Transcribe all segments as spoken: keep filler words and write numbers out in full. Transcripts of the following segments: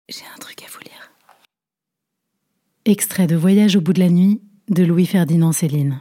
J'ai un truc à vous lire. Extrait de Voyage au bout de la nuit de Louis-Ferdinand Céline.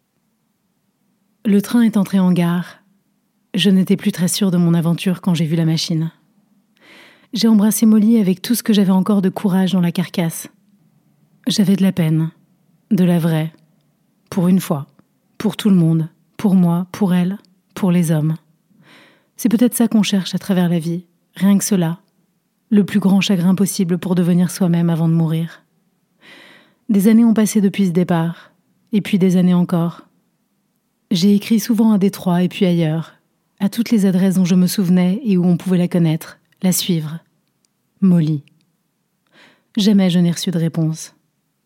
Le train est entré en gare. Je n'étais plus très sûre de mon aventure quand j'ai vu la machine. J'ai embrassé Molly avec tout ce que j'avais encore de courage dans la carcasse. J'avais de la peine, de la vraie, pour une fois, pour tout le monde, pour moi, pour elle, pour les hommes. C'est peut-être ça qu'on cherche à travers la vie, rien que cela, le plus grand chagrin possible pour devenir soi-même avant de mourir. Des années ont passé depuis ce départ, et puis des années encore. J'ai écrit souvent à Détroit et puis ailleurs, à toutes les adresses dont je me souvenais et où on pouvait la connaître, la suivre. Molly. Jamais je n'ai reçu de réponse.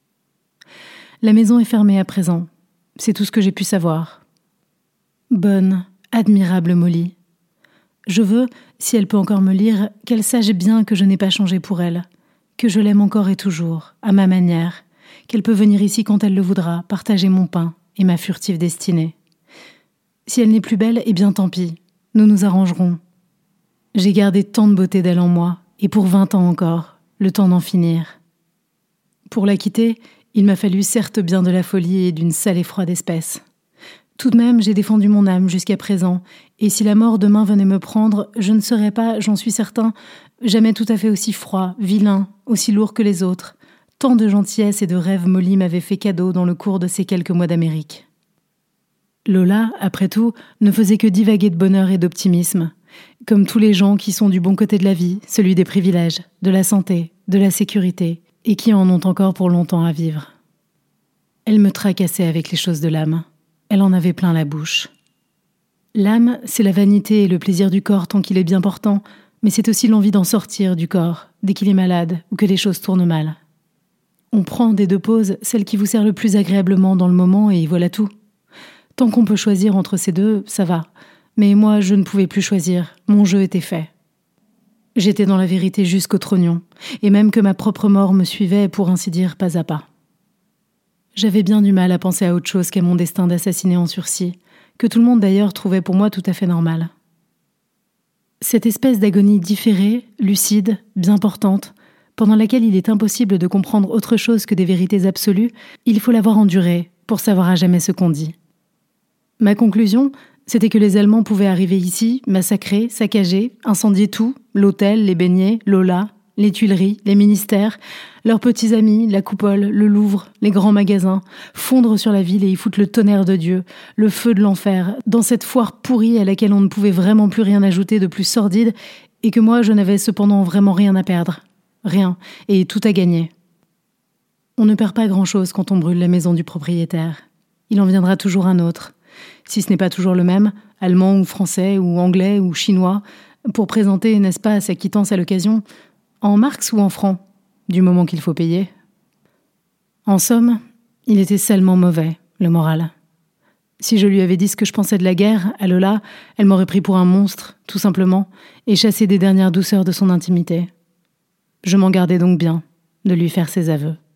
La maison est fermée à présent, c'est tout ce que j'ai pu savoir. Bonne, admirable Molly. Je veux, si elle peut encore me lire, qu'elle sache bien que je n'ai pas changé pour elle, que je l'aime encore et toujours, à ma manière, qu'elle peut venir ici quand elle le voudra, partager mon pain et ma furtive destinée. Si elle n'est plus belle, eh bien tant pis, nous nous arrangerons. J'ai gardé tant de beauté d'elle en moi, et pour vingt ans encore, le temps d'en finir. Pour la quitter, il m'a fallu certes bien de la folie et d'une sale et froide espèce. Tout de même, j'ai défendu mon âme jusqu'à présent, et si la mort demain venait me prendre, je ne serais pas, j'en suis certain, jamais tout à fait aussi froid, vilain, aussi lourd que les autres. Tant de gentillesse et de rêves Molly m'avait fait cadeau dans le cours de ces quelques mois d'Amérique. Lola, après tout, ne faisait que divaguer de bonheur et d'optimisme, comme tous les gens qui sont du bon côté de la vie, celui des privilèges, de la santé, de la sécurité, et qui en ont encore pour longtemps à vivre. Elle me tracassait avec les choses de l'âme. Elle en avait plein la bouche. L'âme, c'est la vanité et le plaisir du corps tant qu'il est bien portant, mais c'est aussi l'envie d'en sortir du corps, dès qu'il est malade ou que les choses tournent mal. On prend des deux poses celle qui vous sert le plus agréablement dans le moment et voilà tout. Tant qu'on peut choisir entre ces deux, ça va. Mais moi, je ne pouvais plus choisir. Mon jeu était fait. J'étais dans la vérité jusqu'au trognon, et même que ma propre mort me suivait, pour ainsi dire, pas à pas. J'avais bien du mal à penser à autre chose qu'à mon destin d'assassiner en sursis, que tout le monde d'ailleurs trouvait pour moi tout à fait normal. Cette espèce d'agonie différée, lucide, bien portante, pendant laquelle il est impossible de comprendre autre chose que des vérités absolues, il faut l'avoir endurée pour savoir à jamais ce qu'on dit. Ma conclusion, c'était que les Allemands pouvaient arriver ici, massacrer, saccager, incendier tout, l'hôtel, les beignets, Lola, les Tuileries, les ministères, leurs petits amis, la coupole, le Louvre, les grands magasins, fondre sur la ville et y foutre le tonnerre de Dieu, le feu de l'enfer, dans cette foire pourrie à laquelle on ne pouvait vraiment plus rien ajouter de plus sordide et que moi je n'avais cependant vraiment rien à perdre. Rien, et tout à gagner. On ne perd pas grand-chose quand on brûle la maison du propriétaire. Il en viendra toujours un autre. Si ce n'est pas toujours le même, allemand ou français ou anglais ou chinois, pour présenter, n'est-ce pas, sa quittance à l'occasion, en marks ou en francs, du moment qu'il faut payer. En somme, il était salement mauvais, le moral. Si je lui avais dit ce que je pensais de la guerre, à Lola, elle m'aurait pris pour un monstre, tout simplement, et chassé des dernières douceurs de son intimité. Je m'en gardais donc bien de lui faire ses aveux.